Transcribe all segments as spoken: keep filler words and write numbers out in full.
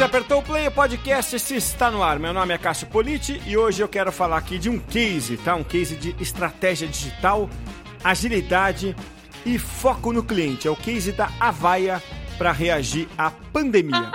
apertou o play, o podcast se está no ar. Meu nome é Cássio Politi e hoje eu quero falar aqui de um case, tá? Um case de estratégia digital, agilidade e foco no cliente. É o case da Avaya para reagir à pandemia.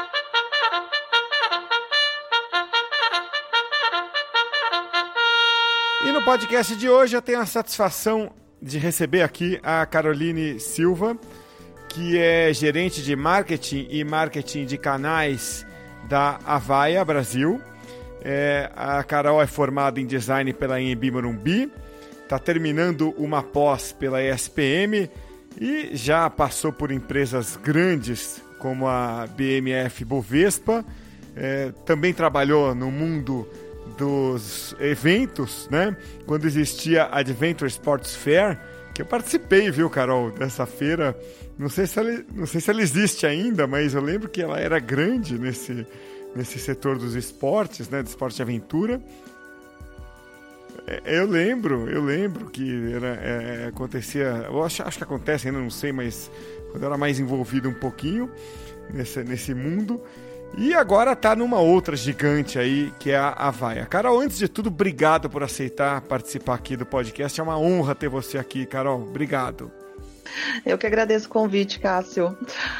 E no podcast de hoje eu tenho a satisfação de receber aqui a Caroline Silva, que é gerente de marketing e marketing de canais da Avaya Brasil. É, a Carol é formada em design pela Anhembi Morumbi, está terminando uma pós pela E S P M e já passou por empresas grandes como a B M F Bovespa. É, também trabalhou no mundo dos eventos, né? Quando existia a Adventure Sports Fair, que eu participei, viu, Carol, dessa feira. Não sei se ela, não sei se ela existe ainda, mas eu lembro que ela era grande nesse, nesse setor dos esportes, né, do esporte de aventura. Eu lembro, eu lembro que era, é, acontecia, eu acho, acho que acontece ainda, não sei, mas quando eu era mais envolvido um pouquinho nesse, nesse mundo. E agora está numa outra gigante aí, que é a Avaya. Carol, antes de tudo, obrigado por aceitar participar aqui do podcast. É uma honra ter você aqui, Carol. Obrigado. Eu que agradeço o convite, Cássio.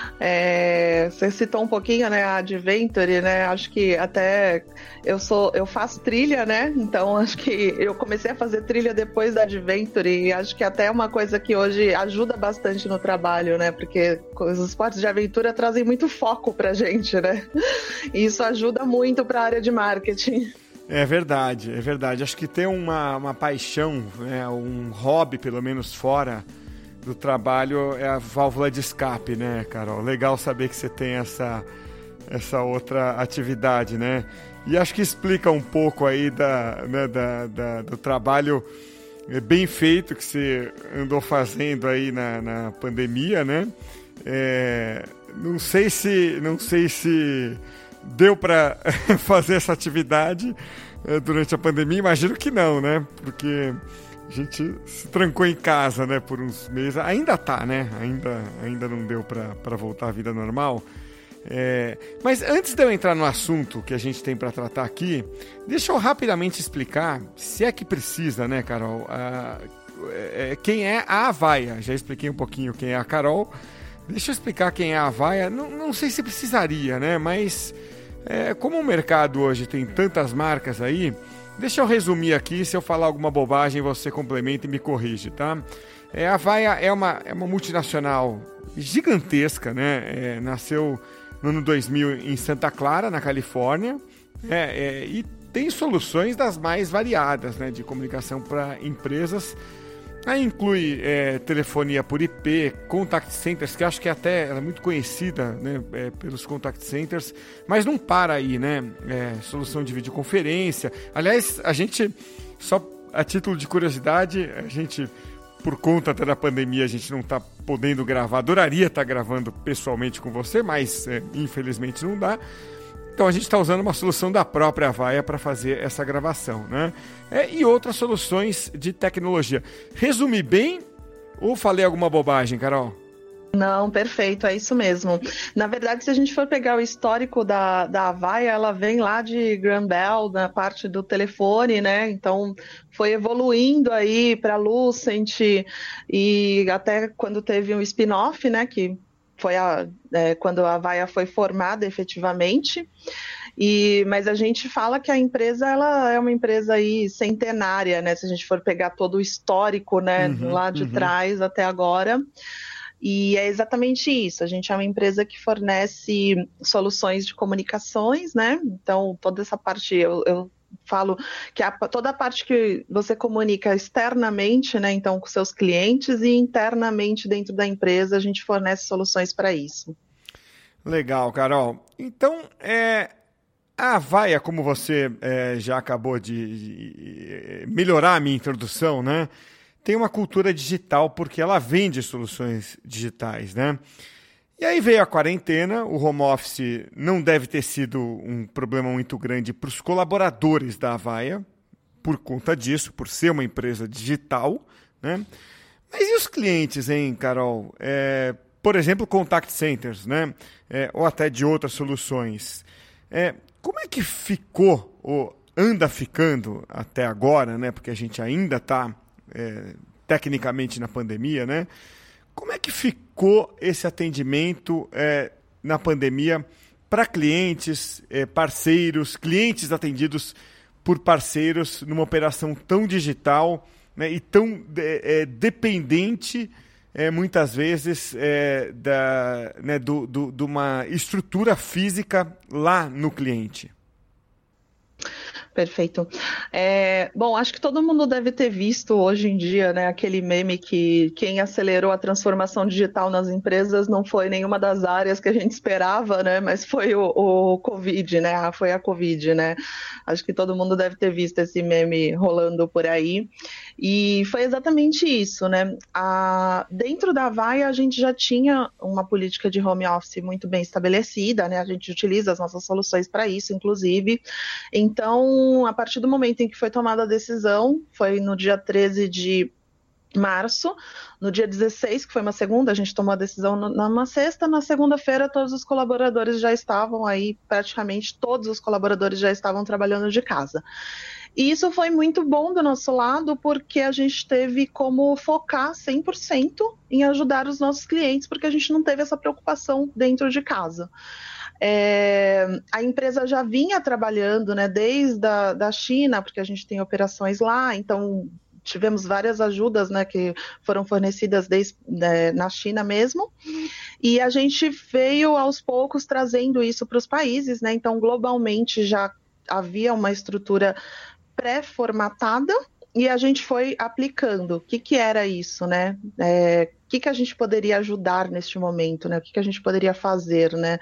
É, você citou um pouquinho, né, a Adventure, né? Acho que até eu sou, eu faço trilha, né? Então acho que eu comecei a fazer trilha depois da Adventure e acho que até é uma coisa que hoje ajuda bastante no trabalho, né? Porque os esportes de aventura trazem muito foco pra gente, né? E isso ajuda muito para a área de marketing. É verdade, é verdade. Acho que ter uma, uma paixão, né, um hobby, pelo menos fora do trabalho, é a válvula de escape, né, Carol? Legal saber que você tem essa, essa outra atividade, né? E acho que explica um pouco aí da, né, da, da, do trabalho bem feito que você andou fazendo aí na, na pandemia, né? É, não sei se, não sei se deu para fazer essa atividade durante a pandemia, imagino que não, né? Porque a gente se trancou em casa, né, por uns meses. Ainda tá, né? Ainda, ainda não deu para voltar à vida normal. É, mas antes de eu entrar no assunto que a gente tem para tratar aqui, deixa eu rapidamente explicar, se é que precisa, né, Carol? A, é, quem é a Avaya? Já expliquei um pouquinho quem é a Carol. Deixa eu explicar quem é a Avaya. Não, não sei se precisaria, né? Mas é, como o mercado hoje tem tantas marcas aí, deixa eu resumir aqui, se eu falar alguma bobagem você complementa e me corrige, tá? É, a Avaya é uma, é uma multinacional gigantesca, né? É, nasceu no ano dois mil em Santa Clara, na Califórnia, é, é, e tem soluções das mais variadas, né, de comunicação para empresas. Aí inclui é, telefonia por I P, contact centers, que acho que até ela é muito conhecida, né, é, pelos contact centers, mas não para aí, né? É, solução de videoconferência. Aliás, a gente, só a título de curiosidade, a gente, por conta até da pandemia, a gente não está podendo gravar. Adoraria estar gravando pessoalmente com você, mas é, infelizmente não dá. Então a gente está usando uma solução da própria Avaya para fazer essa gravação, né? É, e outras soluções de tecnologia. Resumi bem ou falei alguma bobagem, Carol? Não, perfeito, é isso mesmo. Na verdade, se a gente for pegar o histórico da, da Avaya, ela vem lá de Graham Bell, na parte do telefone, né? Então, foi evoluindo aí para Lucent e até quando teve um spin-off, né? Que foi a, é, quando a Avaya foi formada efetivamente. E, mas a gente fala que a empresa ela é uma empresa aí centenária, né? Se a gente for pegar todo o histórico, né? Uhum, lá de uhum. trás até agora. E é exatamente isso, a gente é uma empresa que fornece soluções de comunicações, né? Então, toda essa parte, eu, eu falo que a, toda a parte que você comunica externamente, né? Então, com seus clientes e internamente dentro da empresa, a gente fornece soluções para isso. Legal, Carol. Então, é, a Avaya, como você é, já acabou de, de melhorar a minha introdução, né? Tem uma cultura digital porque ela vende soluções digitais, né? E aí veio a quarentena, o home office não deve ter sido um problema muito grande para os colaboradores da Avaya, por conta disso, por ser uma empresa digital, né? Mas e os clientes, hein, Carol? É, por exemplo, contact centers, né? É, ou até de outras soluções. É, como é que ficou, ou anda ficando até agora, né? Porque a gente ainda está é, tecnicamente na pandemia, né? Como é que ficou esse atendimento é, na pandemia para clientes, é, parceiros, clientes atendidos por parceiros numa operação tão digital, né, e tão é, é, dependente, é, muitas vezes, é, da, né, do, do, de uma estrutura física lá no cliente? Perfeito. É, bom, acho que todo mundo deve ter visto hoje em dia, né, aquele meme que quem acelerou a transformação digital nas empresas não foi nenhuma das áreas que a gente esperava, né, mas foi o, o Covid, né, foi a Covid, né. Acho que todo mundo deve ter visto esse meme rolando por aí. E foi exatamente isso, né. A, dentro da Avaya a gente já tinha uma política de home office muito bem estabelecida, né, a gente utiliza as nossas soluções para isso, inclusive. Então, a partir do momento em que foi tomada a decisão, foi no dia treze de março, no dia dezesseis, que foi uma segunda, a gente tomou a decisão numa sexta, na segunda-feira todos os colaboradores já estavam aí, praticamente todos os colaboradores já estavam trabalhando de casa. E isso foi muito bom do nosso lado, porque a gente teve como focar cem por cento em ajudar os nossos clientes, porque a gente não teve essa preocupação dentro de casa. É, a empresa já vinha trabalhando, né, desde a da China, porque a gente tem operações lá, então tivemos várias ajudas, né, que foram fornecidas desde, né, na China mesmo, e a gente veio aos poucos trazendo isso para os países, né, então globalmente já havia uma estrutura pré-formatada e a gente foi aplicando. O que que era isso, né? É, o que que a gente poderia ajudar neste momento, né? O que que a gente poderia fazer, né?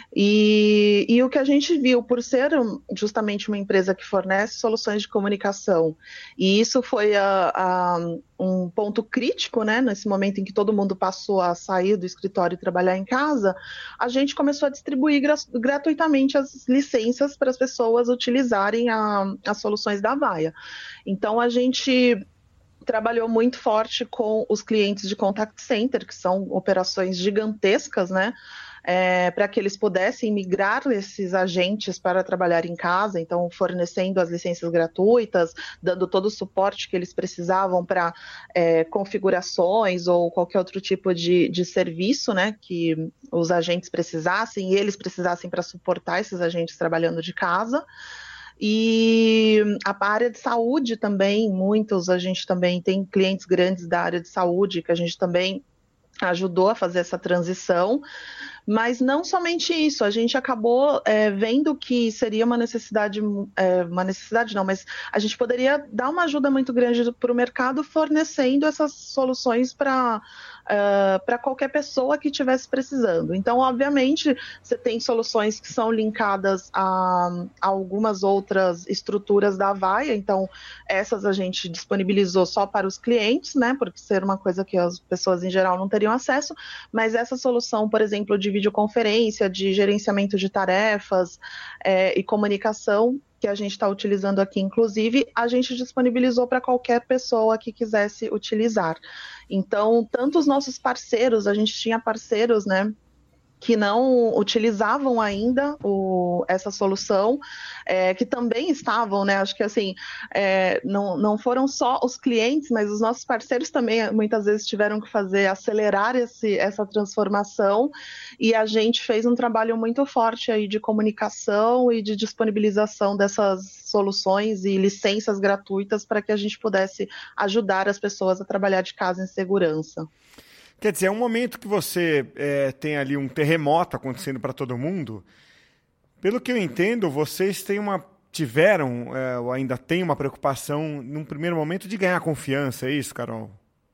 E, e o que a gente viu, por ser justamente uma empresa que fornece soluções de comunicação, e isso foi a, a, um ponto crítico, né? Nesse momento em que todo mundo passou a sair do escritório e trabalhar em casa, a gente começou a distribuir gra gratuitamente as licenças para as pessoas utilizarem a, as soluções da Avaya. Então, a gente trabalhou muito forte com os clientes de contact center, que são operações gigantescas, né? É, para que eles pudessem migrar esses agentes para trabalhar em casa, então fornecendo as licenças gratuitas, dando todo o suporte que eles precisavam para é, configurações ou qualquer outro tipo de, de serviço, né, que os agentes precisassem e eles precisassem para suportar esses agentes trabalhando de casa. E a área de saúde também, muitos, a gente também tem clientes grandes da área de saúde que a gente também ajudou a fazer essa transição, mas não somente isso, a gente acabou é, vendo que seria uma necessidade, é, uma necessidade não, mas a gente poderia dar uma ajuda muito grande para o mercado fornecendo essas soluções para uh, para qualquer pessoa que estivesse precisando. Então, obviamente, você tem soluções que são linkadas a, a algumas outras estruturas da Avaya, então essas a gente disponibilizou só para os clientes, né, porque ser uma coisa que as pessoas em geral não teriam acesso, mas essa solução, por exemplo, de videoconferência, de gerenciamento de tarefas é, e comunicação, que a gente está utilizando aqui, inclusive, a gente disponibilizou para qualquer pessoa que quisesse utilizar. Então, tanto os nossos parceiros, a gente tinha parceiros, né, que não utilizavam ainda o, essa solução, é, que também estavam, né, acho que assim, é, não, não foram só os clientes, mas os nossos parceiros também muitas vezes tiveram que fazer, acelerar esse, essa transformação, e a gente fez um trabalho muito forte aí de comunicação e de disponibilização dessas soluções e licenças gratuitas para que a gente pudesse ajudar as pessoas a trabalhar de casa em segurança. Quer dizer, é um momento que você é, tem ali um terremoto acontecendo para todo mundo. Pelo que eu entendo, vocês têm uma, tiveram, é, ou ainda têm uma preocupação, num primeiro momento, de ganhar confiança, é isso, Carol?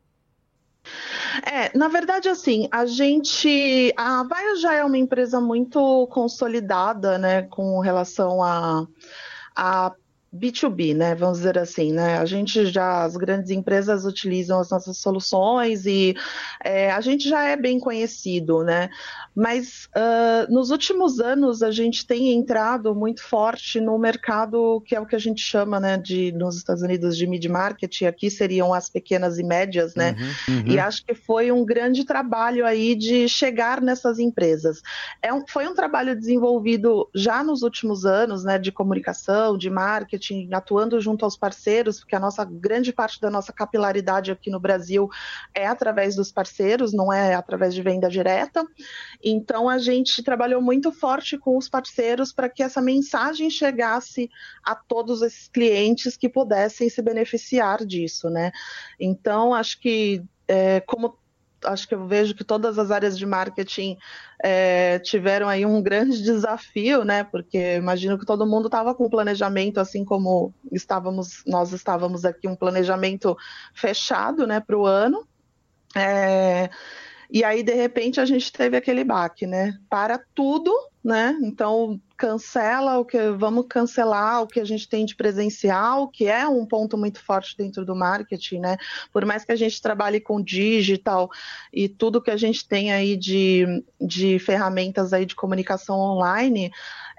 É, na verdade, assim, a gente... A Avaya já é uma empresa muito consolidada, né, com relação a... a B dois B, né? Vamos dizer assim, né? A gente já, as grandes empresas utilizam as nossas soluções e é, a gente já é bem conhecido, né? Mas uh, nos últimos anos a gente tem entrado muito forte no mercado que é o que a gente chama, né, de nos Estados Unidos de mid-market, aqui seriam as pequenas e médias, né? Uhum, E uhum. acho que foi um grande trabalho aí de chegar nessas empresas. É um, foi um trabalho desenvolvido já nos últimos anos, né, de comunicação, de marketing, atuando junto aos parceiros, porque a nossa grande parte da nossa capilaridade aqui no Brasil é através dos parceiros, não é através de venda direta. Então a gente trabalhou muito forte com os parceiros para que essa mensagem chegasse a todos esses clientes que pudessem se beneficiar disso, né? Então acho que é, como acho que eu vejo que todas as áreas de marketing é, tiveram aí um grande desafio, né? Porque imagino que todo mundo estava com planejamento, assim como estávamos, nós estávamos aqui, um planejamento fechado, né, para o ano. É, e aí, de repente, a gente teve aquele baque, né? Para tudo, né? Então, cancela o que, vamos cancelar o que a gente tem de presencial, que é um ponto muito forte dentro do marketing, né? Por mais que a gente trabalhe com digital e tudo que a gente tem aí de, de ferramentas aí de comunicação online,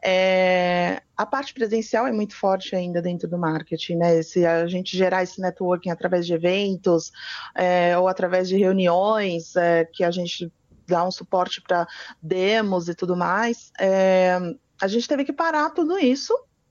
é, a parte presencial é muito forte ainda dentro do marketing, né? Se a gente gerar esse networking através de eventos, é, ou através de reuniões, é, que a gente dá um suporte para demos e tudo mais, é, a gente teve que parar tudo isso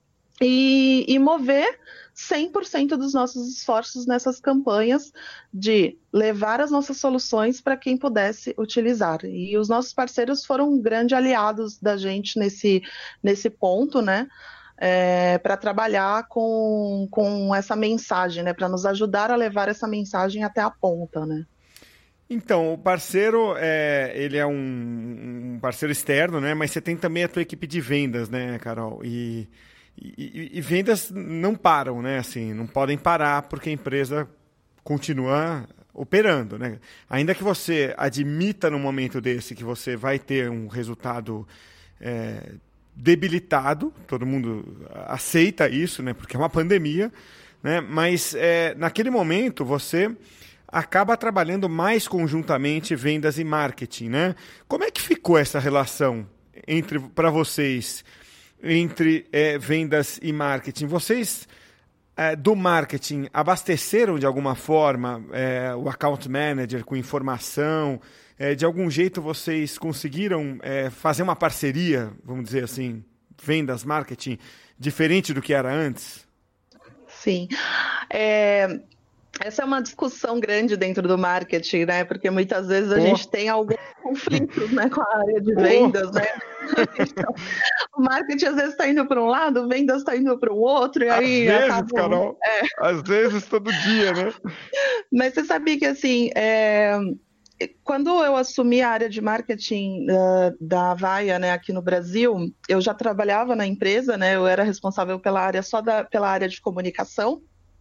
e, e mover cem por cento dos nossos esforços nessas campanhas de levar as nossas soluções para quem pudesse utilizar. E os nossos parceiros foram grandes aliados da gente nesse, nesse ponto, né? É, para trabalhar com, com essa mensagem, né? Para nos ajudar a levar essa mensagem até a ponta, né? Então, o parceiro, é, ele é um, um parceiro externo, né? Mas você tem também a tua equipe de vendas, né, Carol? E, e, e vendas não param, né? Assim, não podem parar porque a empresa continua operando, né? Ainda que você admita num momento desse que você vai ter um resultado é, debilitado, todo mundo aceita isso, né? Porque é uma pandemia, né? Mas é, naquele momento você acaba trabalhando mais conjuntamente vendas e marketing, né? Como é que ficou essa relação entre para vocês entre é, vendas e marketing? Vocês é, do marketing abasteceram de alguma forma é, o account manager com informação? É, de algum jeito vocês conseguiram é, fazer uma parceria, vamos dizer assim, vendas, marketing, diferente do que era antes? Sim. É... Essa é uma discussão grande dentro do marketing, né? Porque muitas vezes a oh. gente tem alguns conflitos, né, com a área de vendas, oh. né? Então, o marketing às vezes está indo para um lado, vendas está indo para o outro, e aí às vezes, acabam... Carol, é. às vezes todo dia, né? Mas você sabia que assim, é... quando eu assumi a área de marketing uh, da Avaya, né, aqui no Brasil, eu já trabalhava na empresa, né? Eu era responsável pela área só da, pela área de comunicação.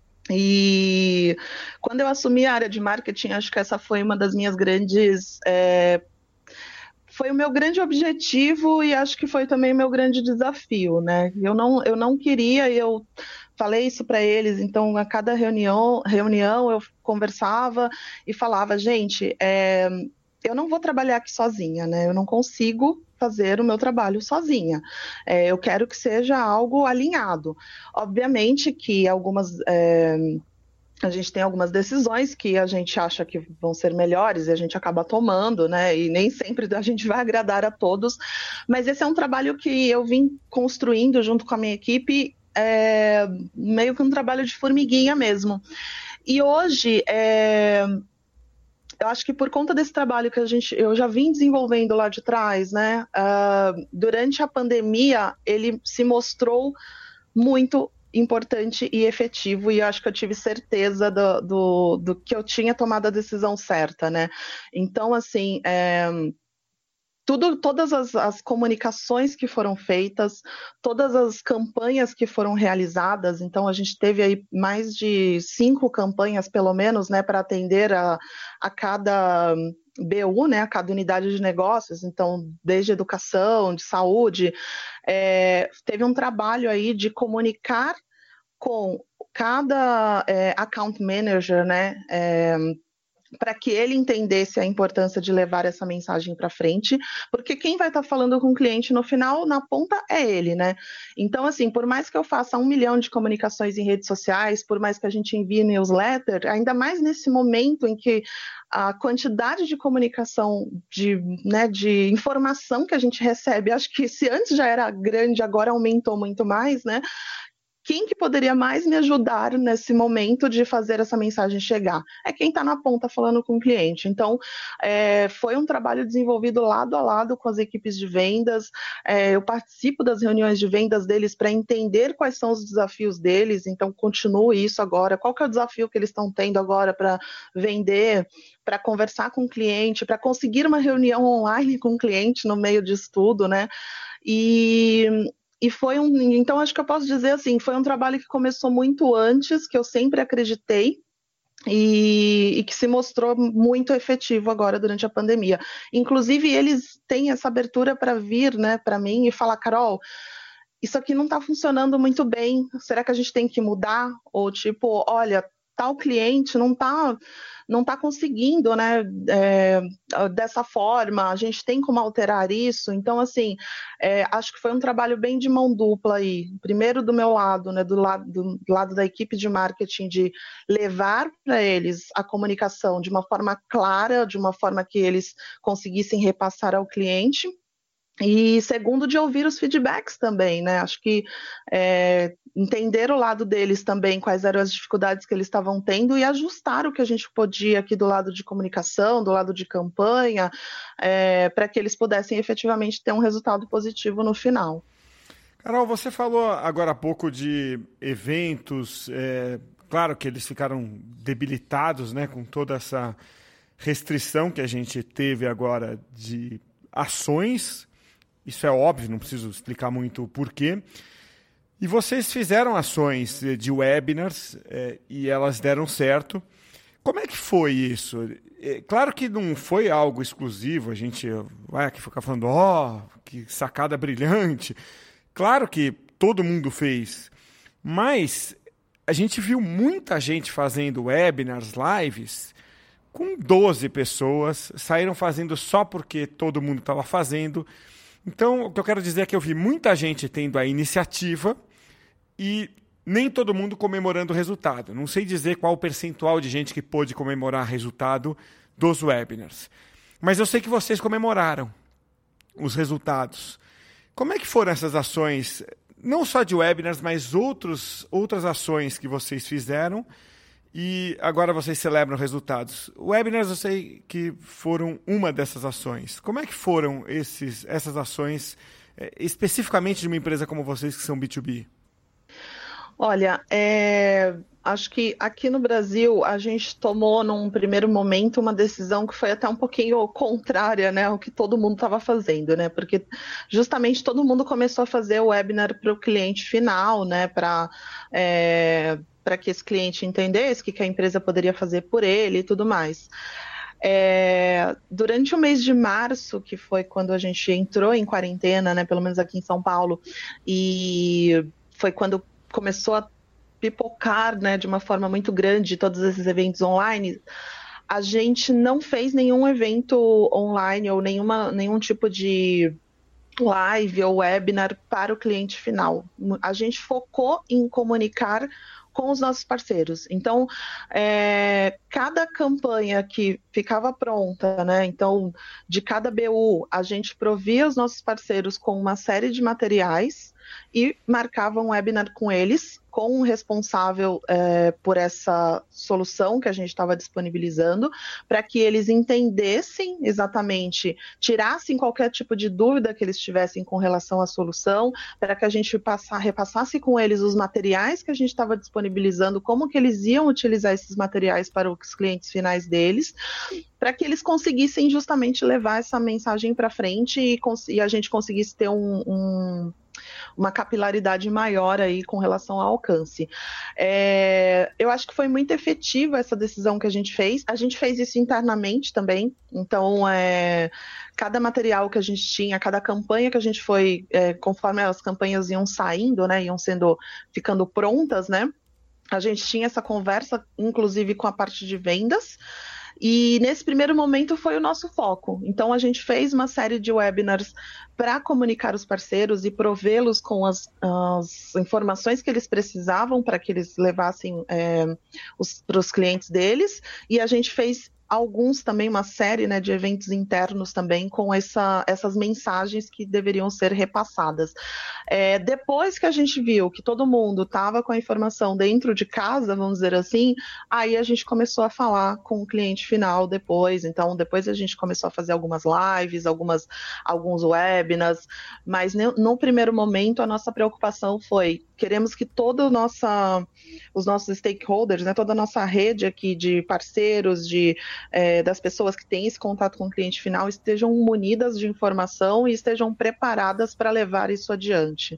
E quando eu assumi a área de marketing, acho que essa foi uma das minhas grandes... É, foi o meu grande objetivo e acho que foi também o meu grande desafio, né? Eu não, eu não queria, eu falei isso para eles, então a cada reunião, reunião eu conversava e falava, gente, é, eu não vou trabalhar aqui sozinha, né? Eu não consigo fazer o meu trabalho sozinha. É, eu quero que seja algo alinhado. Obviamente que algumas... É, a gente tem algumas decisões que a gente acha que vão ser melhores e a gente acaba tomando, né? E nem sempre a gente vai agradar a todos. Mas esse é um trabalho que eu vim construindo junto com a minha equipe, é, meio que um trabalho de formiguinha mesmo. E hoje... É, eu acho que por conta desse trabalho que a gente, eu já vim desenvolvendo lá de trás, né? Uh, durante a pandemia, ele se mostrou muito importante e efetivo, e eu acho que eu tive certeza do, do, do que eu tinha tomado a decisão certa, né? Então, assim, é, tudo, todas as, as comunicações que foram feitas, todas as campanhas que foram realizadas, então a gente teve aí mais de cinco campanhas, pelo menos, né, para atender a, a cada B U, né, a cada unidade de negócios, então desde educação, de saúde, é, teve um trabalho aí de comunicar com cada é, account manager, né, é, para que ele entendesse a importância de levar essa mensagem para frente, porque quem vai estar tá falando com o cliente no final, na ponta, é ele, né? Então, assim, por mais que eu faça um milhão de comunicações em redes sociais, por mais que a gente envie newsletter, ainda mais nesse momento em que a quantidade de comunicação, de, né, de informação que a gente recebe, acho que se antes já era grande, agora aumentou muito mais, né? Quem que poderia mais me ajudar nesse momento de fazer essa mensagem chegar? É quem está na ponta falando com o cliente. Então, é, foi um trabalho desenvolvido lado a lado com as equipes de vendas. É, eu participo das reuniões de vendas deles para entender quais são os desafios deles. Então, continuo isso agora. Qual que é o desafio que eles estão tendo agora para vender, para conversar com o cliente, para conseguir uma reunião online com o cliente no meio disso tudo, né? E... E foi um, então acho que eu posso dizer assim, foi um trabalho que começou muito antes, que eu sempre acreditei e, e que se mostrou muito efetivo agora durante a pandemia. Inclusive eles têm essa abertura para vir, né, para mim e falar, Carol, isso aqui não está funcionando muito bem, será que a gente tem que mudar? Ou tipo, olha, tal cliente não está não tá conseguindo, né, é, dessa forma, a gente tem como alterar isso. Então, assim, é, acho que foi um trabalho bem de mão dupla aí. Primeiro do meu lado, né, do lado, do lado da equipe de marketing, de levar para eles a comunicação de uma forma clara, de uma forma que eles conseguissem repassar ao cliente. E segundo, de ouvir os feedbacks também, né? Acho que é, entender o lado deles também, quais eram as dificuldades que eles estavam tendo e ajustar o que a gente podia aqui do lado de comunicação, do lado de campanha, é, para que eles pudessem efetivamente ter um resultado positivo no final. Carol, você falou agora há pouco de eventos, é, claro que eles ficaram debilitados, né, com toda essa restrição que a gente teve agora de ações. Isso é óbvio, não preciso explicar muito o porquê. E vocês fizeram ações de webinars é, e elas deram certo. Como é que foi isso? É, claro que não foi algo exclusivo, a gente vai aqui ficar falando, ó, oh, que sacada brilhante. Claro que todo mundo fez, mas a gente viu muita gente fazendo webinars, lives, com doze pessoas, saíram fazendo só porque todo mundo estava fazendo. Então, o que eu quero dizer é que eu vi muita gente tendo a iniciativa e nem todo mundo comemorando o resultado. Não sei dizer qual o percentual de gente que pôde comemorar o resultado dos webinars. Mas eu sei que vocês comemoraram os resultados. Como é que foram essas ações, não só de webinars, mas outros, outras ações que vocês fizeram e agora vocês celebram resultados? Webinars eu sei que foram uma dessas ações. Como é que foram esses, essas ações, é, especificamente de uma empresa como vocês que são B dois B? Olha, é, acho que aqui no Brasil a gente tomou num primeiro momento uma decisão que foi até um pouquinho contrária, né, ao que todo mundo estava fazendo, né? Porque justamente todo mundo começou a fazer o webinar para o cliente final, né? Para é, para que esse cliente entendesse o que, que a empresa poderia fazer por ele e tudo mais. É, durante o mês de março, que foi quando a gente entrou em quarentena, né, pelo menos aqui em São Paulo, e foi quando começou a pipocar, né, de uma forma muito grande todos esses eventos online, a gente não fez nenhum evento online ou nenhuma, nenhum tipo de live ou webinar para o cliente final. A gente focou em comunicar com os nossos parceiros. Então, é, cada campanha que ficava pronta, né? Então, de cada B U, a gente provia os nossos parceiros com uma série de materiais e marcava um webinar com eles, com o responsável é, por essa solução que a gente estava disponibilizando, para que eles entendessem exatamente, tirassem qualquer tipo de dúvida que eles tivessem com relação à solução, para que a gente passar, repassasse com eles os materiais que a gente estava disponibilizando, como que eles iam utilizar esses materiais para os clientes finais deles, para que eles conseguissem justamente levar essa mensagem para frente e, e a gente conseguisse ter um, um uma capilaridade maior aí com relação ao alcance. É, eu acho que foi muito efetiva essa decisão que a gente fez. A gente fez isso internamente também, então é, cada material que a gente tinha, cada campanha que a gente foi, é, conforme as campanhas iam saindo, né, iam sendo, ficando prontas, né, a gente tinha essa conversa, inclusive com a parte de vendas, e nesse primeiro momento foi o nosso foco. Então a gente fez uma série de webinars para comunicar os parceiros e provê-los com as, as informações que eles precisavam para que eles levassem é, para os clientes deles, e a gente fez alguns também, uma série, né, de eventos internos também com essa, essas mensagens que deveriam ser repassadas. É, depois que a gente viu que todo mundo estava com a informação dentro de casa, vamos dizer assim, aí a gente começou a falar com o cliente final depois. Então depois a gente começou a fazer algumas lives, algumas, alguns webinars, mas no, no primeiro momento a nossa preocupação foi: queremos que todo nossa, os nossos stakeholders, né, toda a nossa rede aqui de parceiros, de, é, das pessoas que têm esse contato com o cliente final, estejam munidas de informação e estejam preparadas para levar isso adiante.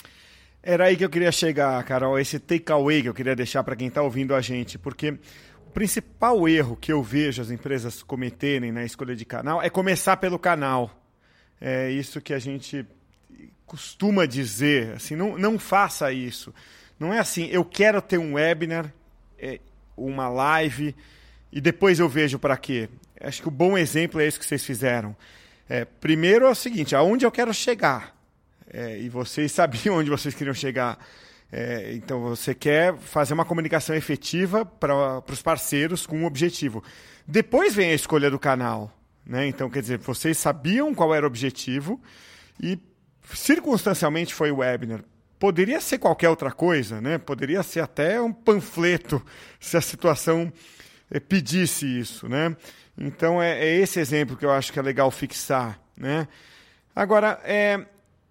Era aí que eu queria chegar, Carol, esse takeaway que eu queria deixar para quem está ouvindo a gente, porque o principal erro que eu vejo as empresas cometerem na escolha de canal é começar pelo canal. É isso que a gente costuma dizer, assim, não, não faça isso. Não é assim, eu quero ter um webinar, é, uma live, e depois eu vejo para quê. Acho que o bom exemplo é isso que vocês fizeram. É, primeiro é o seguinte, aonde eu quero chegar? É, e vocês sabiam onde vocês queriam chegar. É, então você quer fazer uma comunicação efetiva para os parceiros com um objetivo. Depois vem a escolha do canal, né? Então, quer dizer, vocês sabiam qual era o objetivo e circunstancialmente foi o webinar. Poderia ser qualquer outra coisa, né? Poderia ser até um panfleto, se a situação pedisse isso, né? Então é, é esse exemplo que eu acho que é legal fixar, né? Agora, é,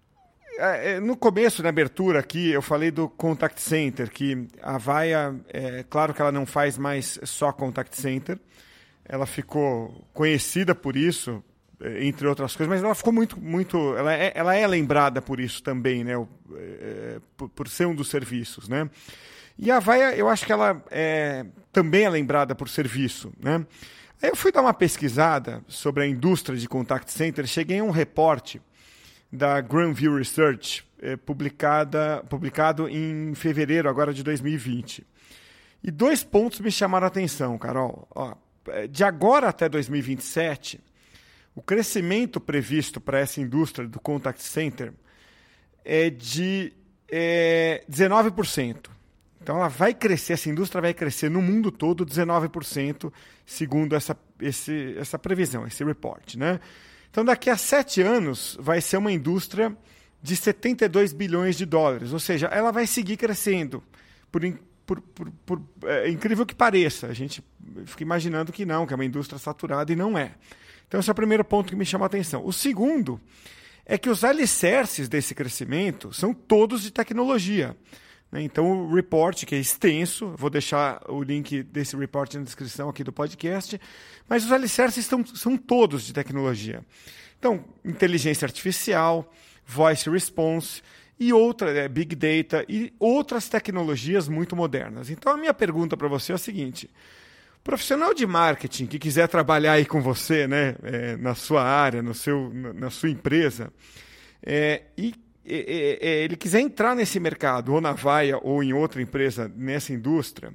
é, no começo, na abertura aqui, eu falei do Contact Center, que a Avaya, é claro que ela não faz mais só Contact Center, ela ficou conhecida por isso, entre outras coisas, mas ela ficou muito, muito, ela é, ela é lembrada por isso também, né? Por, por ser um dos serviços, né? E a Avaya, eu acho que ela é, também é lembrada por serviço, né? Aí eu fui dar uma pesquisada sobre a indústria de contact center, cheguei a um reporte da Grandview Research, é, publicada, publicado em fevereiro agora de dois mil e vinte. E dois pontos me chamaram a atenção, Carol. Ó, de agora até dois mil e vinte e sete, o crescimento previsto para essa indústria do contact center é de é, dezenove por cento. Então, ela vai crescer, essa indústria vai crescer no mundo todo dezenove por cento, segundo essa, esse, essa previsão, esse report, né? Então, daqui a sete anos, vai ser uma indústria de setenta e dois bilhões de dólares. Ou seja, ela vai seguir crescendo, por, por, por, por é, incrível que pareça. A gente fica imaginando que não, que é uma indústria saturada, e não é. Então, esse é o primeiro ponto que me chama a atenção. O segundo é que os alicerces desse crescimento são todos de tecnologia. Então, o report, que é extenso, vou deixar o link desse report na descrição aqui do podcast, mas os alicerces estão, são todos de tecnologia. Então, inteligência artificial, voice response e outra, é, big data e outras tecnologias muito modernas. Então, a minha pergunta para você é a seguinte: profissional de marketing que quiser trabalhar aí com você, né, é, na sua área, no seu, na sua empresa, é, e ele quiser entrar nesse mercado, ou na Avaya, ou em outra empresa nessa indústria,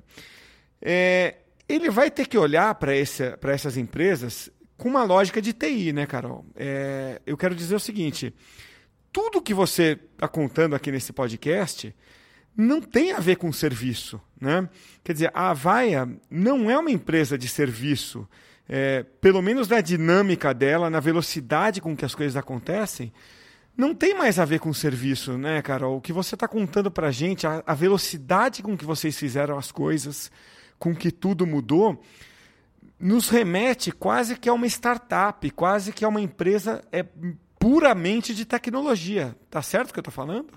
é, ele vai ter que olhar para essa, para essas empresas com uma lógica de T I, né, Carol? É, eu quero dizer o seguinte: tudo que você está contando aqui nesse podcast não tem a ver com serviço, né? Quer dizer, a Avaya não é uma empresa de serviço, é, pelo menos na dinâmica dela, na velocidade com que as coisas acontecem. Não tem mais a ver com serviço, né, Carol? O que você está contando para a gente, a velocidade com que vocês fizeram as coisas, com que tudo mudou, nos remete quase que a uma startup, quase que a uma empresa é, puramente de tecnologia. Tá certo o que eu estou falando?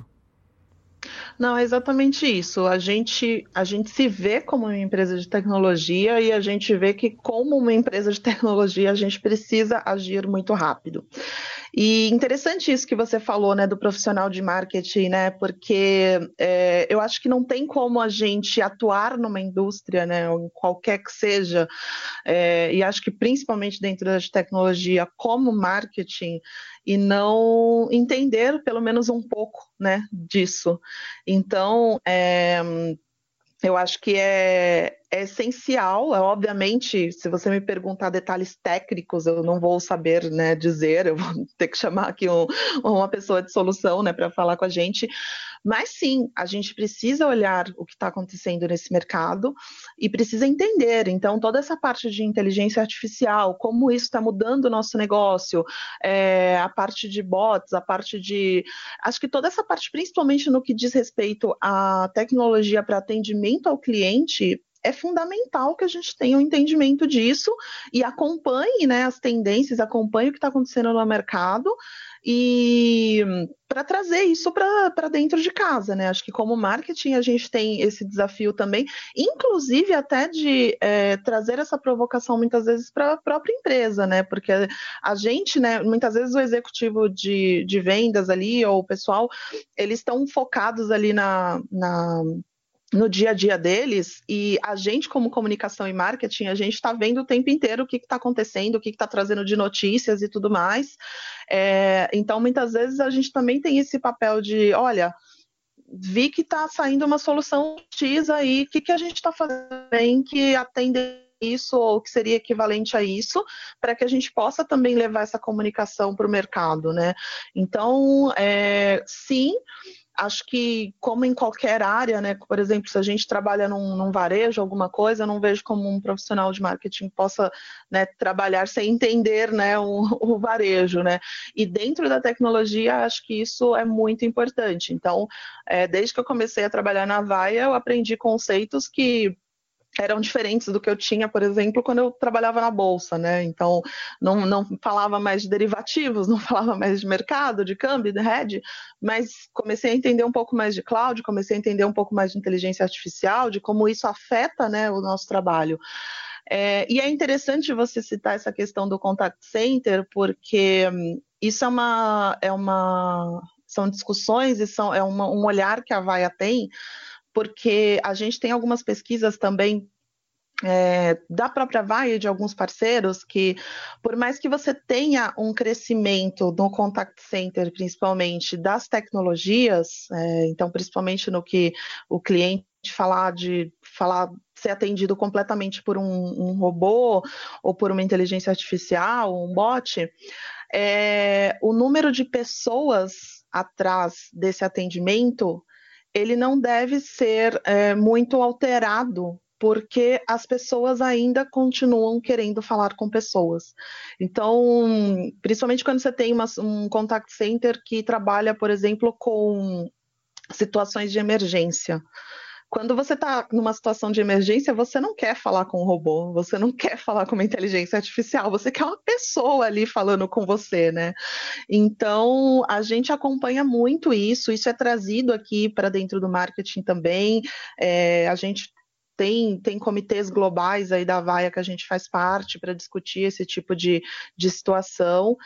Não, é exatamente isso. A gente, a gente se vê como uma empresa de tecnologia e a gente vê que, como uma empresa de tecnologia, a gente precisa agir muito rápido. E interessante isso que você falou, né, do profissional de marketing, né, porque é, eu acho que não tem como a gente atuar numa indústria, né, ou em qualquer que seja, é, e acho que principalmente dentro da tecnologia, como marketing, e não entender pelo menos um pouco, né, disso. Então, é, eu acho que é, é essencial, é, obviamente, se você me perguntar detalhes técnicos, eu não vou saber, né, dizer, eu vou ter que chamar aqui um, uma pessoa de solução, né, para falar com a gente, mas sim, a gente precisa olhar o que está acontecendo nesse mercado e precisa entender, então, toda essa parte de inteligência artificial, como isso está mudando o nosso negócio, é, a parte de bots, a parte de... Acho que toda essa parte, principalmente no que diz respeito à tecnologia para atendimento ao cliente, é fundamental que a gente tenha um entendimento disso e acompanhe, né, as tendências, acompanhe o que está acontecendo no mercado e para trazer isso para dentro de casa, né? Acho que como marketing a gente tem esse desafio também, inclusive até de é, trazer essa provocação muitas vezes para a própria empresa, né? Porque a gente, né, muitas vezes o executivo de, de vendas ali ou o pessoal, eles estão focados ali na, na no dia a dia deles, e a gente como comunicação e marketing, a gente está vendo o tempo inteiro o que está acontecendo, o que está trazendo de notícias e tudo mais, é, então muitas vezes a gente também tem esse papel de, olha, vi que está saindo uma solução X aí, o que, que a gente está fazendo bem que atende isso ou que seria equivalente a isso, para que a gente possa também levar essa comunicação para o mercado, né? Então, é, sim, acho que, como em qualquer área, né, por exemplo, se a gente trabalha num, num varejo, alguma coisa, eu não vejo como um profissional de marketing possa, né, trabalhar sem entender, né, o, o varejo, né? E dentro da tecnologia, acho que isso é muito importante. Então, é, desde que eu comecei a trabalhar na Avaya, eu aprendi conceitos que eram diferentes do que eu tinha, por exemplo, quando eu trabalhava na bolsa, né? Então, não, não falava mais de derivativos, não falava mais de mercado, de câmbio, de hedge, mas comecei a entender um pouco mais de cloud, comecei a entender um pouco mais de inteligência artificial, de como isso afeta, né, o nosso trabalho. É, e é interessante você citar essa questão do contact center, porque hum, isso é uma, é uma, são discussões e são, é uma, um olhar que a Avaya tem, porque a gente tem algumas pesquisas também é, da própria Avaya e de alguns parceiros que, por mais que você tenha um crescimento no contact center, principalmente das tecnologias, é, então principalmente no que o cliente falar de falar ser atendido completamente por um, um robô ou por uma inteligência artificial, um bot, é, o número de pessoas atrás desse atendimento ele não deve ser é, muito alterado, porque as pessoas ainda continuam querendo falar com pessoas. Então, principalmente quando você tem uma, um contact center que trabalha, por exemplo, com situações de emergência. Quando você está numa situação de emergência, você não quer falar com um robô, você não quer falar com uma inteligência artificial, você quer uma pessoa ali falando com você, né? Então, a gente acompanha muito isso, isso é trazido aqui para dentro do marketing também, é, a gente tem, tem comitês globais aí da Avaya que a gente faz parte para discutir esse tipo de, de situação,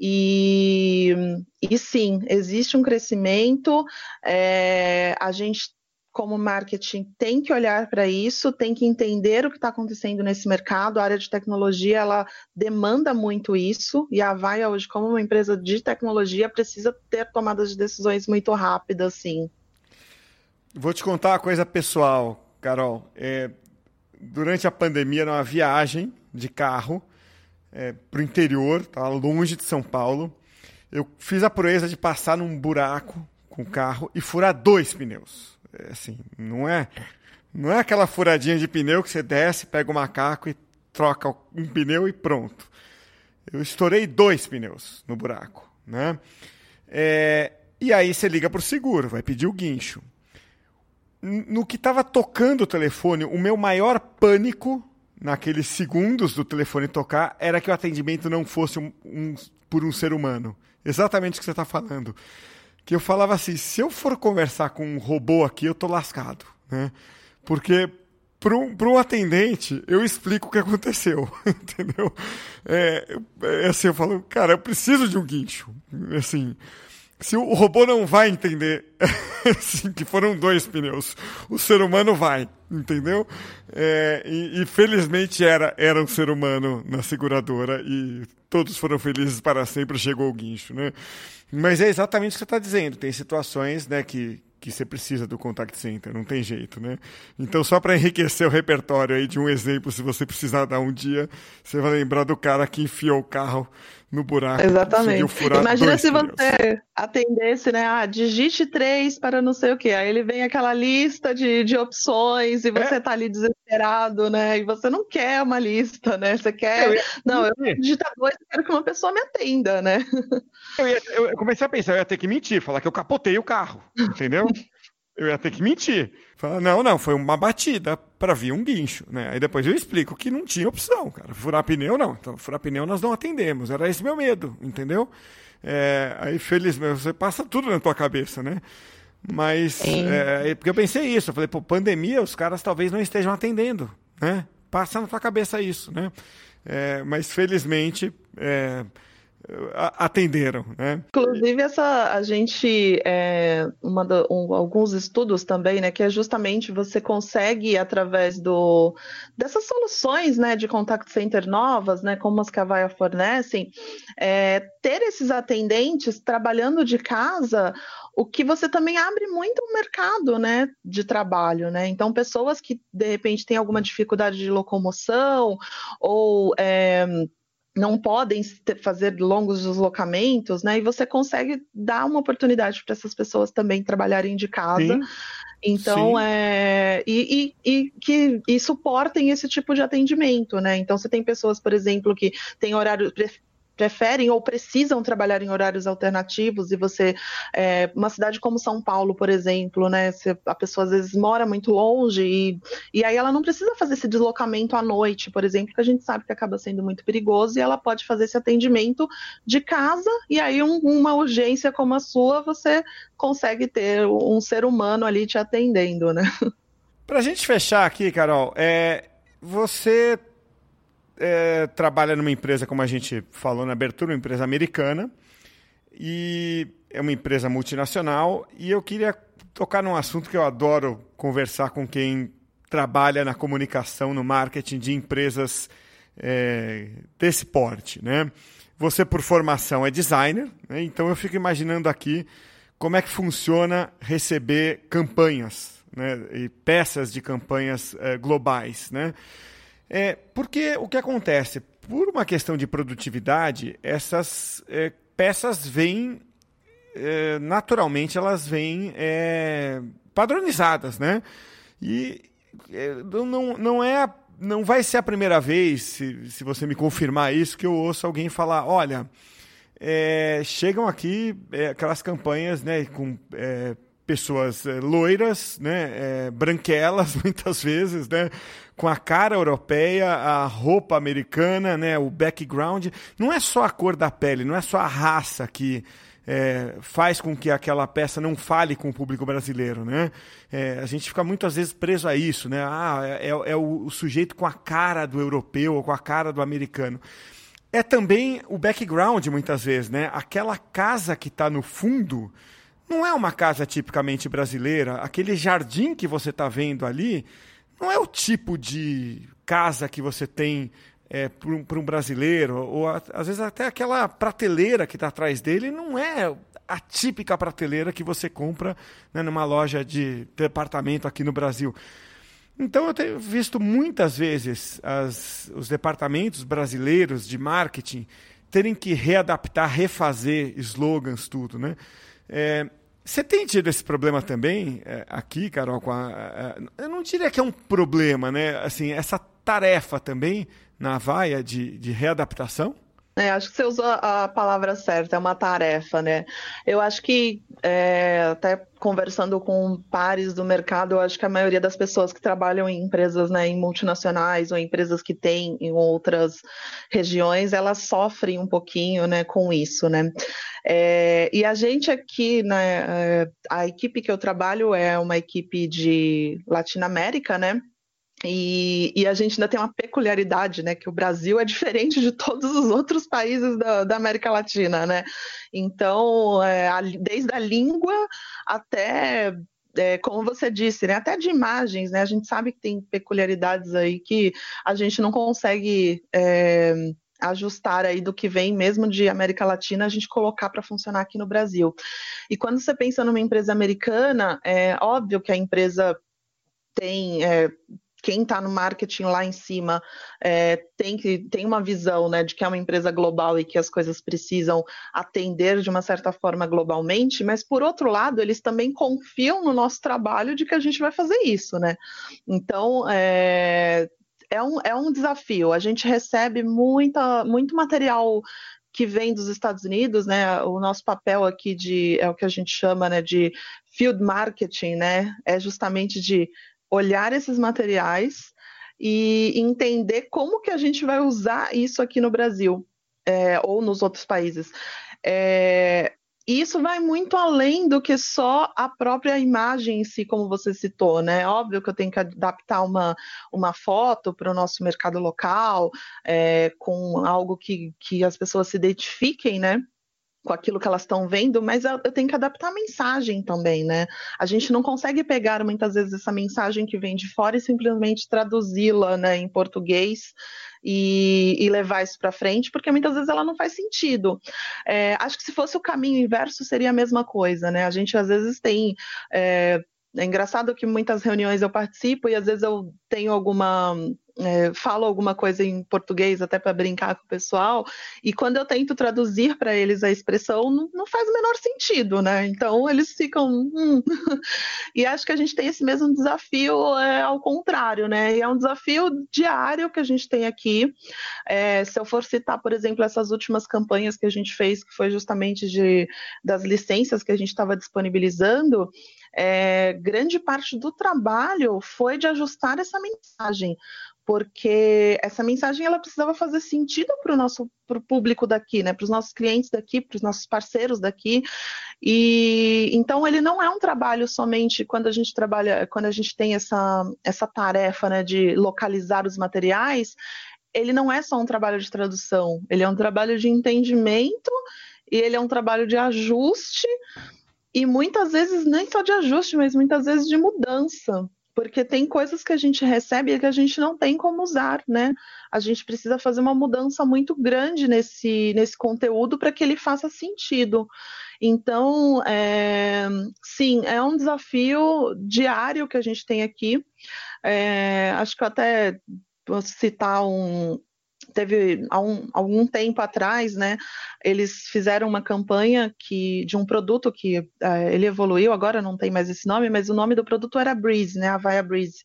e, e sim, existe um crescimento, é, a gente como marketing tem que olhar para isso, tem que entender o que está acontecendo nesse mercado, a área de tecnologia ela demanda muito isso, e a Avaya hoje como uma empresa de tecnologia precisa ter tomadas de decisões muito rápidas, sim. Vou te contar uma coisa pessoal, Carol. É, durante a pandemia, numa viagem de carro é, para o interior, estava longe de São Paulo, eu fiz a proeza de passar num buraco com o carro e furar dois pneus. É, assim, não é, não é aquela furadinha de pneu que você desce, pega o macaco e troca um pneu e pronto. Eu estourei dois pneus no buraco, né? É, e aí você liga para o seguro, vai pedir o guincho. No que estava tocando o telefone, o meu maior pânico, naqueles segundos do telefone tocar, era que o atendimento não fosse um, um, por um ser humano. Exatamente o que você está falando. Que eu falava assim, se eu for conversar com um robô aqui, eu tô lascado, né? Porque para um, para um atendente, eu explico o que aconteceu, entendeu? É, é assim, eu falo, cara, eu preciso de um guincho. Assim, se o robô não vai entender assim, que foram dois pneus, o ser humano vai, entendeu? É, e, e felizmente era, era um ser humano na seguradora e todos foram felizes para sempre, chegou o guincho, né? Mas é exatamente o que você está dizendo. Tem situações, né, que, que você precisa do contact center, não tem jeito, né? Então, só para enriquecer o repertório aí de um exemplo, se você precisar dar um dia, você vai lembrar do cara que enfiou o carro no buraco. Exatamente. Furar Imagina se pneus. você atendesse, né? Ah, digite três para não sei o quê. Aí ele vem aquela lista de, de opções e você é. tá ali desesperado, né? E você não quer uma lista, né? Você quer. Eu não, eu vou digitar dois e quero que uma pessoa me atenda, né? Eu, ia, eu comecei a pensar, eu ia ter que mentir, falar que eu capotei o carro, entendeu? Eu ia ter que mentir. Falar, não, não, foi uma batida para vir um guincho, né? Aí depois eu explico que não tinha opção, cara. Furar pneu, não. Então, furar pneu nós não atendemos. Era esse meu medo, entendeu? É, aí, felizmente, você passa tudo na tua cabeça, né? Mas, é, porque eu pensei isso. Eu falei, pô, pandemia, os caras talvez não estejam atendendo, né? Passa na tua cabeça isso, né? É, mas, felizmente... É, atenderam, né? Inclusive essa a gente é, uma do, um, alguns estudos também, né, que é justamente você consegue através do dessas soluções, né, de contact center novas, né, como as que a Avaya fornecem, é, ter esses atendentes trabalhando de casa, o que você também abre muito o mercado, né, de trabalho, né? Então pessoas que de repente têm alguma dificuldade de locomoção ou é, não podem fazer longos deslocamentos, né? E você consegue dar uma oportunidade para essas pessoas também trabalharem de casa. Sim, então, sim. É... E, e, e que e suportem esse tipo de atendimento, né? Então, você tem pessoas, por exemplo, que têm horário... preferem ou precisam trabalhar em horários alternativos e você, é, uma cidade como São Paulo, por exemplo, né, se a pessoa às vezes mora muito longe e, e aí ela não precisa fazer esse deslocamento à noite, por exemplo, que a gente sabe que acaba sendo muito perigoso e ela pode fazer esse atendimento de casa e aí um, uma urgência como a sua, você consegue ter um ser humano ali te atendendo, né? Pra gente fechar aqui, Carol, é, você... É, trabalha numa empresa, como a gente falou na abertura, uma empresa americana, e é uma empresa multinacional, e eu queria tocar num assunto que eu adoro conversar com quem trabalha na comunicação, no marketing de empresas é, desse porte, né? Você, por formação, é designer, né? Então eu fico imaginando aqui como é que funciona receber campanhas, né? E peças de campanhas é, globais, né? É, porque o que acontece? Por uma questão de produtividade, essas é, peças vêm, é, naturalmente, elas vêm é, padronizadas, né? E é, não, não, é, não vai ser a primeira vez, se, se você me confirmar isso, que eu ouço alguém falar, olha, é, chegam aqui é, aquelas campanhas, né, com... É, pessoas é, loiras, né, é, branquelas muitas vezes, né, com a cara europeia, a roupa americana, né, o background. Não é só a cor da pele, não é só a raça que é, faz com que aquela peça não fale com o público brasileiro, né? É, a gente fica muitas vezes preso a isso, né? Ah, é, é o, o sujeito com a cara do europeu ou com a cara do americano. É também o background, muitas vezes, né? Aquela casa que está no fundo não é uma casa tipicamente brasileira. Aquele jardim que você está vendo ali não é o tipo de casa que você tem é, para um, para um brasileiro. Ou a, às vezes até aquela prateleira que está atrás dele não é a típica prateleira que você compra, né, numa loja de departamento aqui no Brasil. Então eu tenho visto muitas vezes as, os departamentos brasileiros de marketing terem que readaptar, refazer slogans, tudo, né? É, você tem tido esse problema também é, aqui, Carol? Com a, a, eu não diria que é um problema, né? Assim, essa tarefa também na Avaya de, de readaptação? É, acho que você usou a palavra certa, é uma tarefa, né? Eu acho que, é, até conversando com pares do mercado, eu acho que a maioria das pessoas que trabalham em empresas, né, em multinacionais ou em empresas que têm em outras regiões, elas sofrem um pouquinho, né, com isso, né? É, e a gente aqui, né, a equipe que eu trabalho é uma equipe de Latinoamérica, né? E, e a gente ainda tem uma peculiaridade, né? Que o Brasil é diferente de todos os outros países da, da América Latina, né? Então, é, a, desde a língua até, é, como você disse, né? Até de imagens, né? A gente sabe que tem peculiaridades aí que a gente não consegue é, ajustar aí do que vem mesmo de América Latina, a gente colocar para funcionar aqui no Brasil. E quando você pensa numa empresa americana, é óbvio que a empresa tem é, quem está no marketing lá em cima é, tem, que, tem uma visão, né, de que é uma empresa global e que as coisas precisam atender de uma certa forma globalmente, mas por outro lado, eles também confiam no nosso trabalho de que a gente vai fazer isso, né? Então, é, é, um, é um desafio. A gente recebe muita, muito material que vem dos Estados Unidos, né? O nosso papel aqui de é o que a gente chama, né, de field marketing, né? É justamente de olhar esses materiais e entender como que a gente vai usar isso aqui no Brasil, é, ou nos outros países. É, e isso vai muito além do que só a própria imagem em si, como você citou, né? Óbvio que eu tenho que adaptar uma, uma foto para o nosso mercado local, é, com algo que, que as pessoas se identifiquem, né? Com aquilo que elas estão vendo, mas eu, eu tenho que adaptar a mensagem também, né? A gente não consegue pegar muitas vezes essa mensagem que vem de fora e simplesmente traduzi-la, né, em português e, e levar isso para frente, porque muitas vezes ela não faz sentido. É, acho que se fosse o caminho inverso seria a mesma coisa, né? A gente às vezes tem é, é engraçado que muitas reuniões eu participo e às vezes eu tenho alguma é, falo alguma coisa em português até para brincar com o pessoal, e quando eu tento traduzir para eles a expressão, não, não faz o menor sentido, né? Então eles ficam. Hum. E acho que a gente tem esse mesmo desafio é, ao contrário, né? E é um desafio diário que a gente tem aqui. É, se eu for citar, por exemplo, essas últimas campanhas que a gente fez, que foi justamente de, das licenças que a gente estava disponibilizando, é, grande parte do trabalho foi de ajustar essa mensagem, porque essa mensagem ela precisava fazer sentido para o nosso pro público daqui, né? Para os nossos clientes daqui, para os nossos parceiros daqui. E então ele não é um trabalho somente quando a gente trabalha, quando a gente tem essa, essa tarefa, né, de localizar os materiais, ele não é só um trabalho de tradução, ele é um trabalho de entendimento e ele é um trabalho de ajuste e muitas vezes nem só de ajuste, mas muitas vezes de mudança. Porque tem coisas que a gente recebe e que a gente não tem como usar, né? A gente precisa fazer uma mudança muito grande nesse, nesse conteúdo para que ele faça sentido. Então, é, sim, é um desafio diário que a gente tem aqui. É, acho que eu até vou citar um, teve há um, algum tempo atrás, né, eles fizeram uma campanha que, de um produto que uh, ele evoluiu, agora não tem mais esse nome, mas o nome do produto era Breeze, né, Avaya Breeze.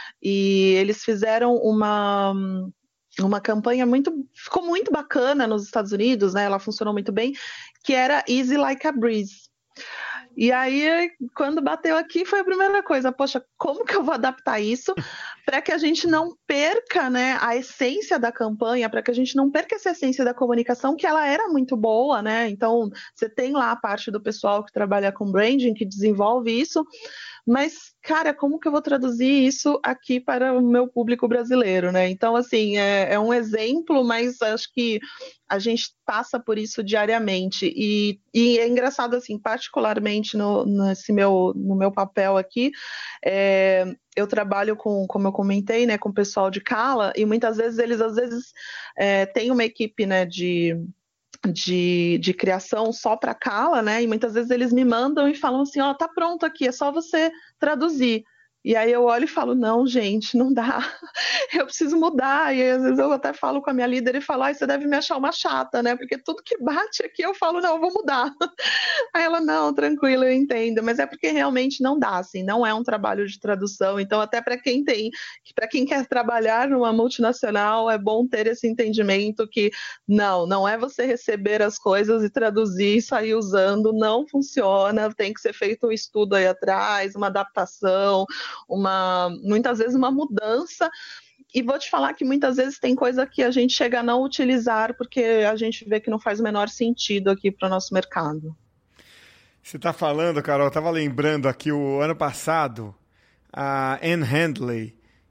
E eles fizeram uma, uma campanha muito, ficou muito bacana nos Estados Unidos, né, ela funcionou muito bem, que era Easy Like a Breeze. E aí, quando bateu aqui, foi a primeira coisa, poxa, como que eu vou adaptar isso para que a gente não perca, né, a essência da campanha, para que a gente não perca essa essência da comunicação, que ela era muito boa, né? Então, você tem lá a parte do pessoal que trabalha com branding, que desenvolve isso, mas, cara, como que eu vou traduzir isso aqui para o meu público brasileiro, né? Então, assim, é, é um exemplo, mas acho que a gente passa por isso diariamente. E, e é engraçado, assim, particularmente no, nesse meu, no meu papel aqui, é, eu trabalho com, como eu comentei, né, com o pessoal de Cala, e muitas vezes eles, às vezes, é, têm uma equipe, né, de... De, de criação só para Cala, né? E muitas vezes eles me mandam e falam assim, ó, oh, tá pronto aqui, é só você traduzir. E aí eu olho e falo, não, gente, não dá, eu preciso mudar. E aí, às vezes eu até falo com a minha líder e falo, ah, você deve me achar uma chata, né? Porque tudo que bate aqui eu falo, não, eu vou mudar. Aí ela, não, tranquilo, eu entendo. Mas é porque realmente não dá, assim, não é um trabalho de tradução. Então, até para quem tem, para quem quer trabalhar numa multinacional, é bom ter esse entendimento que não, não é você receber as coisas e traduzir e sair usando, não funciona, tem que ser feito um estudo aí atrás, uma adaptação, uma, muitas vezes uma mudança, e vou te falar que muitas vezes tem coisa que a gente chega a não utilizar porque a gente vê que não faz o menor sentido aqui para o nosso mercado. Você está falando, Carol, eu estava lembrando aqui o ano passado, a Anne Handley,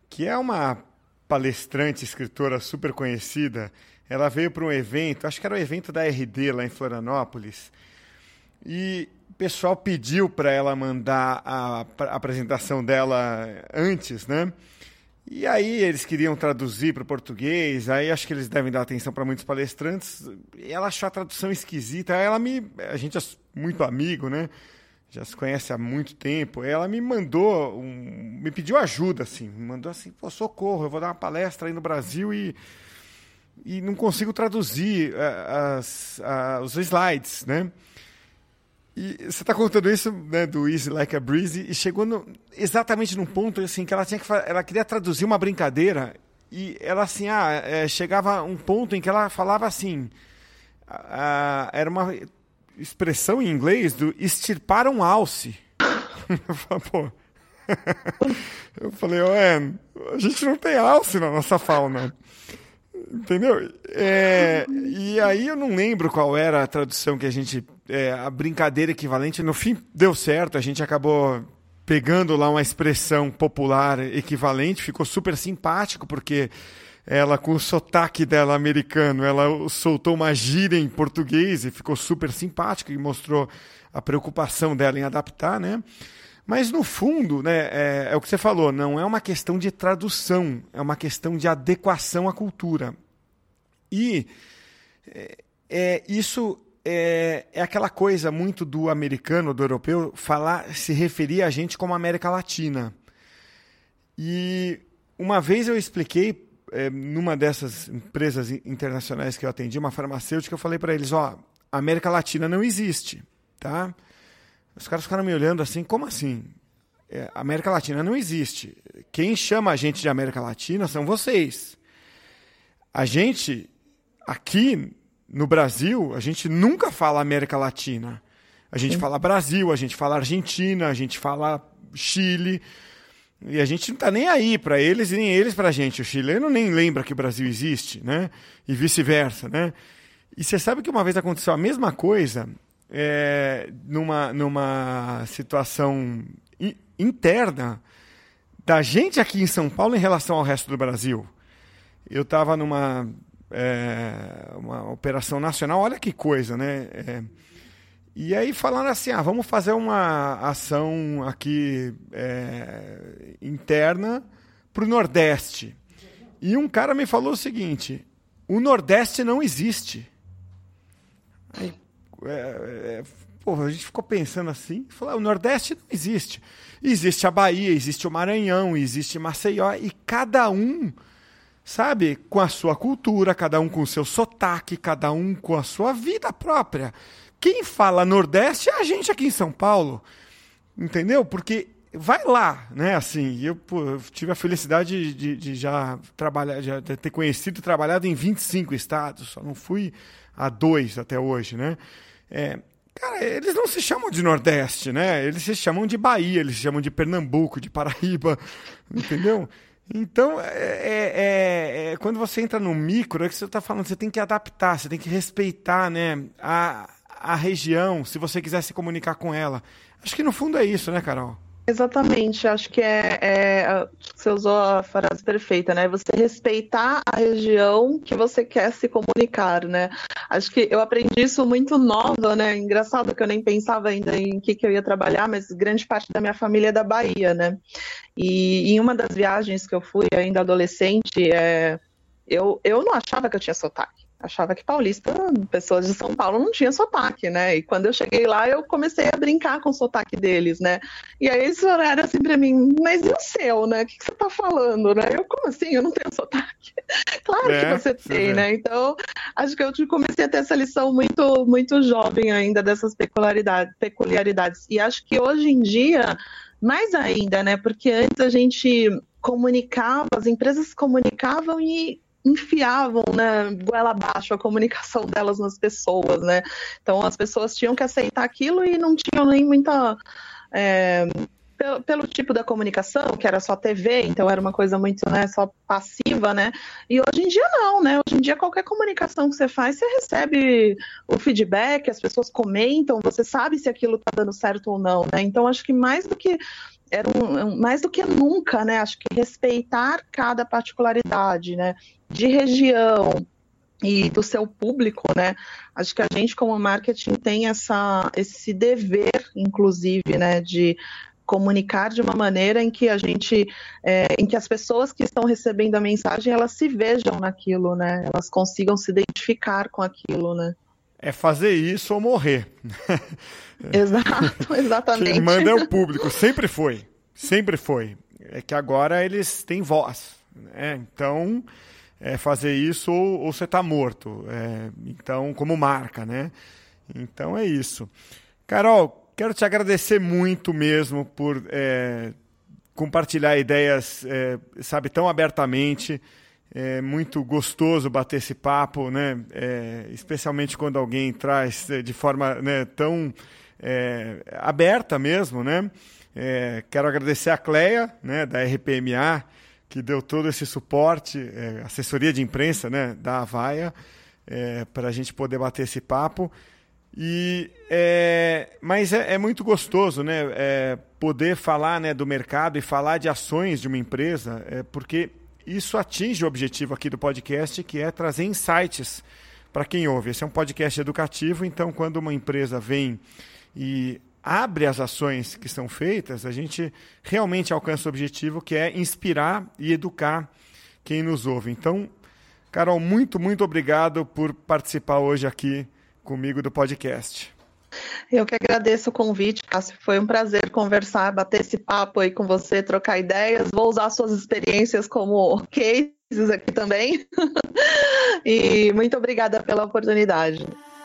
que é uma palestrante, escritora super conhecida. Ela veio para um evento, acho que era o evento da R D lá em Florianópolis, e o pessoal pediu para ela mandar a, a apresentação dela antes, né? E aí eles queriam traduzir para o português, aí acho que eles devem dar atenção para muitos palestrantes, e ela achou a tradução esquisita, aí ela me, a gente é muito amigo, né? Já se conhece há muito tempo, ela me mandou, um, me pediu ajuda, assim, me mandou assim, pô, socorro, eu vou dar uma palestra aí no Brasil e, e não consigo traduzir as, as, os slides, né? E você está contando isso, né, do Easy Like a Breeze, e chegou no, exatamente num ponto assim, que ela tinha que ela queria traduzir uma brincadeira, e ela assim, ah, é, chegava um ponto em que ela falava assim, ah, era uma expressão em inglês do extirpar um alce. Eu falei, pô. Eu falei, ué, a gente não tem alce na nossa fauna. Entendeu? É, e aí eu não lembro qual era a tradução que a gente... É, a brincadeira equivalente. No fim, deu certo. A gente acabou pegando lá uma expressão popular equivalente. Ficou super simpático, porque ela, com o sotaque dela americano, ela soltou uma gíria em português e ficou super simpático e mostrou a preocupação dela em adaptar, né? Mas, no fundo, né, é, é o que você falou, não é uma questão de tradução, é uma questão de adequação à cultura. E é, é, isso é, é aquela coisa muito do americano, do europeu, falar, se referir a gente como América Latina. E uma vez eu expliquei, é, numa dessas empresas internacionais que eu atendi, uma farmacêutica, eu falei para eles, ó, a América Latina não existe, tá? Os caras ficaram me olhando assim, como assim? É, a América Latina não existe. Quem chama a gente de América Latina são vocês. A gente, aqui no Brasil, a gente nunca fala América Latina. A gente Sim. fala Brasil, a gente fala Argentina, a gente fala Chile. E a gente não está nem aí para eles e nem eles para a gente. O chileno nem lembra que o Brasil existe, né? E vice-versa, né? E você sabe que uma vez aconteceu a mesma coisa... É, numa, numa situação in, interna da gente aqui em São Paulo em relação ao resto do Brasil. Eu estava numa é, uma operação nacional, olha que coisa, né? É, e aí falando assim, ah, vamos fazer uma ação aqui é, interna para o Nordeste. E um cara me falou o seguinte, o Nordeste não existe. Aí, É, é, pô, a gente ficou pensando assim, falou, o Nordeste não existe. Existe a Bahia, existe o Maranhão, existe Maceió, e cada um, sabe, com a sua cultura, cada um com o seu sotaque, cada um com a sua vida própria. Quem fala Nordeste é a gente aqui em São Paulo, entendeu? Porque vai lá, né, assim, eu, pô, eu tive a felicidade de, de, de já trabalhar, de ter conhecido e trabalhado em vinte e cinco estados, só não fui a dois até hoje, né? É, cara, eles não se chamam de Nordeste, né? Eles se chamam de Bahia, eles se chamam de Pernambuco, de Paraíba, entendeu? Então, é, é, é, quando você entra no micro, é que você está falando, você tem que adaptar, você tem que respeitar, né, a, a região, se você quiser se comunicar com ela. Acho que no fundo é isso, né, Carol? Exatamente, acho que é, é, você usou a frase perfeita, né? Você respeitar a região que você quer se comunicar, né? Acho que eu aprendi isso muito nova, né? Engraçado que eu nem pensava ainda em que, que eu ia trabalhar, mas grande parte da minha família é da Bahia, né? E em uma das viagens que eu fui, ainda adolescente, é, eu, eu não achava que eu tinha sotaque. Achava que paulista, pessoas de São Paulo, não tinham sotaque, né? E quando eu cheguei lá, eu comecei a brincar com o sotaque deles, né? E aí eles olharam assim pra mim, mas e o seu, né? O que, que você tá falando, né? Eu, como assim? Eu não tenho sotaque. Claro é, que você tem, né? Então, acho que eu comecei a ter essa lição muito, muito jovem ainda, dessas peculiaridades, peculiaridades. E acho que hoje em dia, mais ainda, né? Porque antes a gente comunicava, as empresas comunicavam e enfiavam, né, goela abaixo a comunicação delas nas pessoas, né? Então as pessoas tinham que aceitar aquilo e não tinham nem muita... É, pelo, pelo tipo da comunicação, que era só T V, então era uma coisa muito, né, só passiva, né? E hoje em dia não, né? Hoje em dia qualquer comunicação que você faz, você recebe o feedback, as pessoas comentam, você sabe se aquilo tá dando certo ou não, né? Então acho que mais do que era um, mais do que nunca, né? Acho que respeitar cada particularidade, né? De região e do seu público, né? Acho que a gente, como marketing, tem essa, esse dever, inclusive, né? De comunicar de uma maneira em que a gente, é, em que as pessoas que estão recebendo a mensagem, elas se vejam naquilo, né? Elas consigam se identificar com aquilo, né? É fazer isso ou morrer. Exato, exatamente. Quem manda é o público, sempre foi, sempre foi. É que agora eles têm voz, né? Então, é fazer isso ou, ou você está morto. É, então, como marca, né? Então é isso. Carol, quero te agradecer muito mesmo por é, compartilhar ideias, é, sabe, tão abertamente. É muito gostoso bater esse papo, né? É, especialmente quando alguém traz de forma, né, tão é, aberta mesmo, né? É, quero agradecer a Cleia, né, da R P M A, que deu todo esse suporte, é, assessoria de imprensa, né, da Avaya, é, para a gente poder bater esse papo. E, é, mas é, é muito gostoso, né, é, poder falar, né, do mercado e falar de ações de uma empresa, é, porque isso atinge o objetivo aqui do podcast, que é trazer insights para quem ouve. Esse é um podcast educativo, então quando uma empresa vem e abre as ações que são feitas, a gente realmente alcança o objetivo, que é inspirar e educar quem nos ouve. Então, Carol, muito, muito obrigado por participar hoje aqui comigo do podcast. Eu que agradeço o convite, Cássio. Foi um prazer conversar, bater esse papo aí com você, trocar ideias. Vou usar suas experiências como cases aqui também. E muito obrigada pela oportunidade.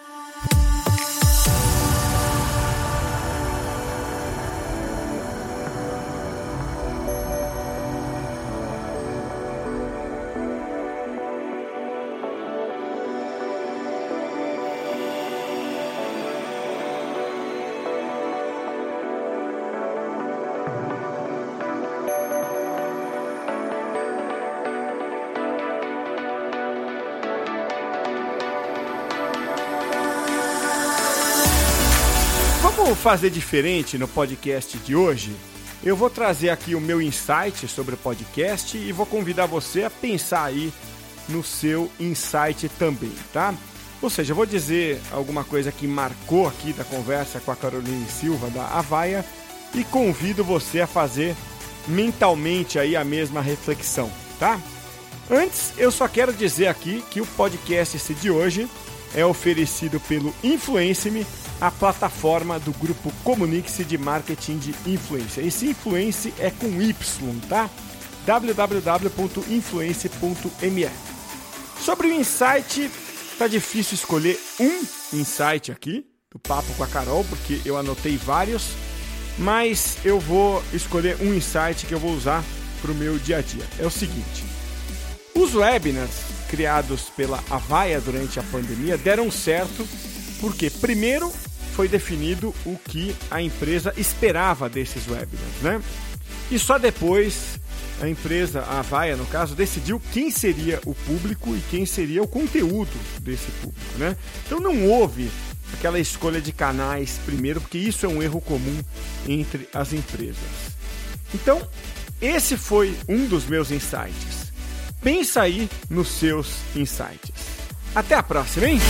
Vamos fazer diferente no podcast de hoje? Eu vou trazer aqui o meu insight sobre o podcast e vou convidar você a pensar aí no seu insight também, tá? Ou seja, eu vou dizer alguma coisa que marcou aqui da conversa com a Caroline Silva da Avaya e convido você a fazer mentalmente aí a mesma reflexão, tá? Antes, eu só quero dizer aqui que o podcast de hoje é oferecido pelo Influence-me, a plataforma do grupo Comunique-se de Marketing de Influência. Esse Influence é com Y, tá? w w w ponto influence ponto m e. Sobre o insight, tá difícil escolher um insight aqui, do papo com a Carol, porque eu anotei vários, mas eu vou escolher um insight que eu vou usar para o meu dia a dia. É o seguinte: os webinars criados pela Avaya durante a pandemia deram certo porque, primeiro, foi definido o que a empresa esperava desses webinars, né? E só depois a empresa, a Avaya no caso, decidiu quem seria o público e quem seria o conteúdo desse público, né? Então não houve aquela escolha de canais primeiro, porque isso é um erro comum entre as empresas. Então, esse foi um dos meus insights. Pensa aí nos seus insights. Até a próxima, hein?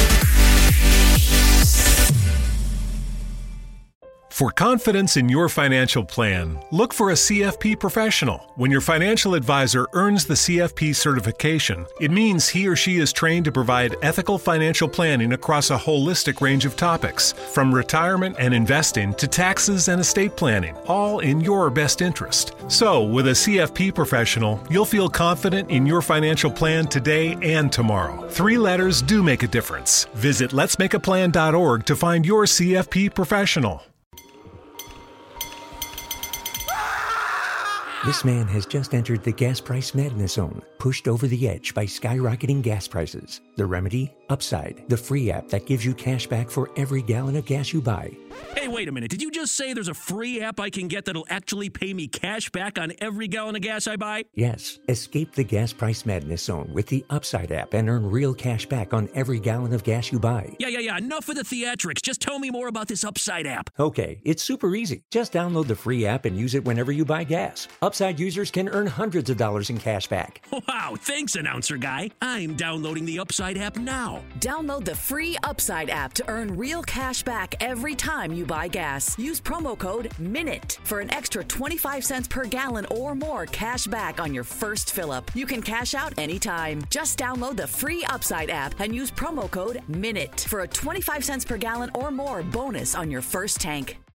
For confidence in your financial plan, look for a C F P professional. When your financial advisor earns the C F P certification, it means he or she is trained to provide ethical financial planning across a holistic range of topics, from retirement and investing to taxes and estate planning, all in your best interest. So, with a C F P professional, you'll feel confident in your financial plan today and tomorrow. Three letters do make a difference. Visit lets make a plan dot org to find your C F P professional. This man has just entered the gas price madness zone, pushed over the edge by skyrocketing gas prices. The remedy? Upside, the free app that gives you cash back for every gallon of gas you buy. Hey, Hey, wait a minute. Did you just say there's a free app I can get that'll actually pay me cash back on every gallon of gas I buy? Yes. Escape the gas price madness zone with the Upside app and earn real cash back on every gallon of gas you buy. Yeah, yeah, yeah. Enough of the theatrics. Just tell me more about this Upside app. Okay, it's super easy. Just download the free app and use it whenever you buy gas. Upside users can earn hundreds of dollars in cash back. Wow, thanks, announcer guy. I'm downloading the Upside app now. Download the free Upside app to earn real cash back every time you buy gas. Use promo code MINUTE for an extra twenty-five cents per gallon or more cash back on your first fill-up. You can cash out anytime. Just download the free Upside app and use promo code MINUTE for a twenty-five cents per gallon or more bonus on your first tank.